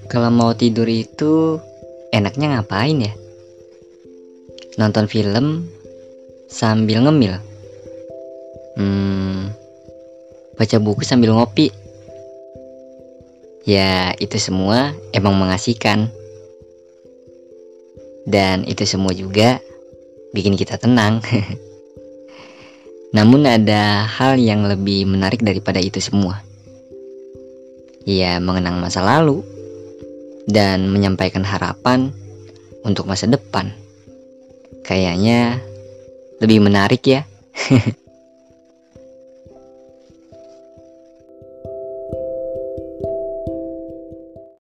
Kalau mau tidur itu enaknya ngapain ya? Nonton film sambil ngemil? Hmm, baca buku sambil ngopi? Ya, itu semua emang mengasihkan. Dan itu semua juga bikin kita tenang. Namun ada hal yang lebih menarik daripada itu semua. Ya, mengenang masa lalu dan menyampaikan harapan untuk masa depan. Kayaknya lebih menarik ya.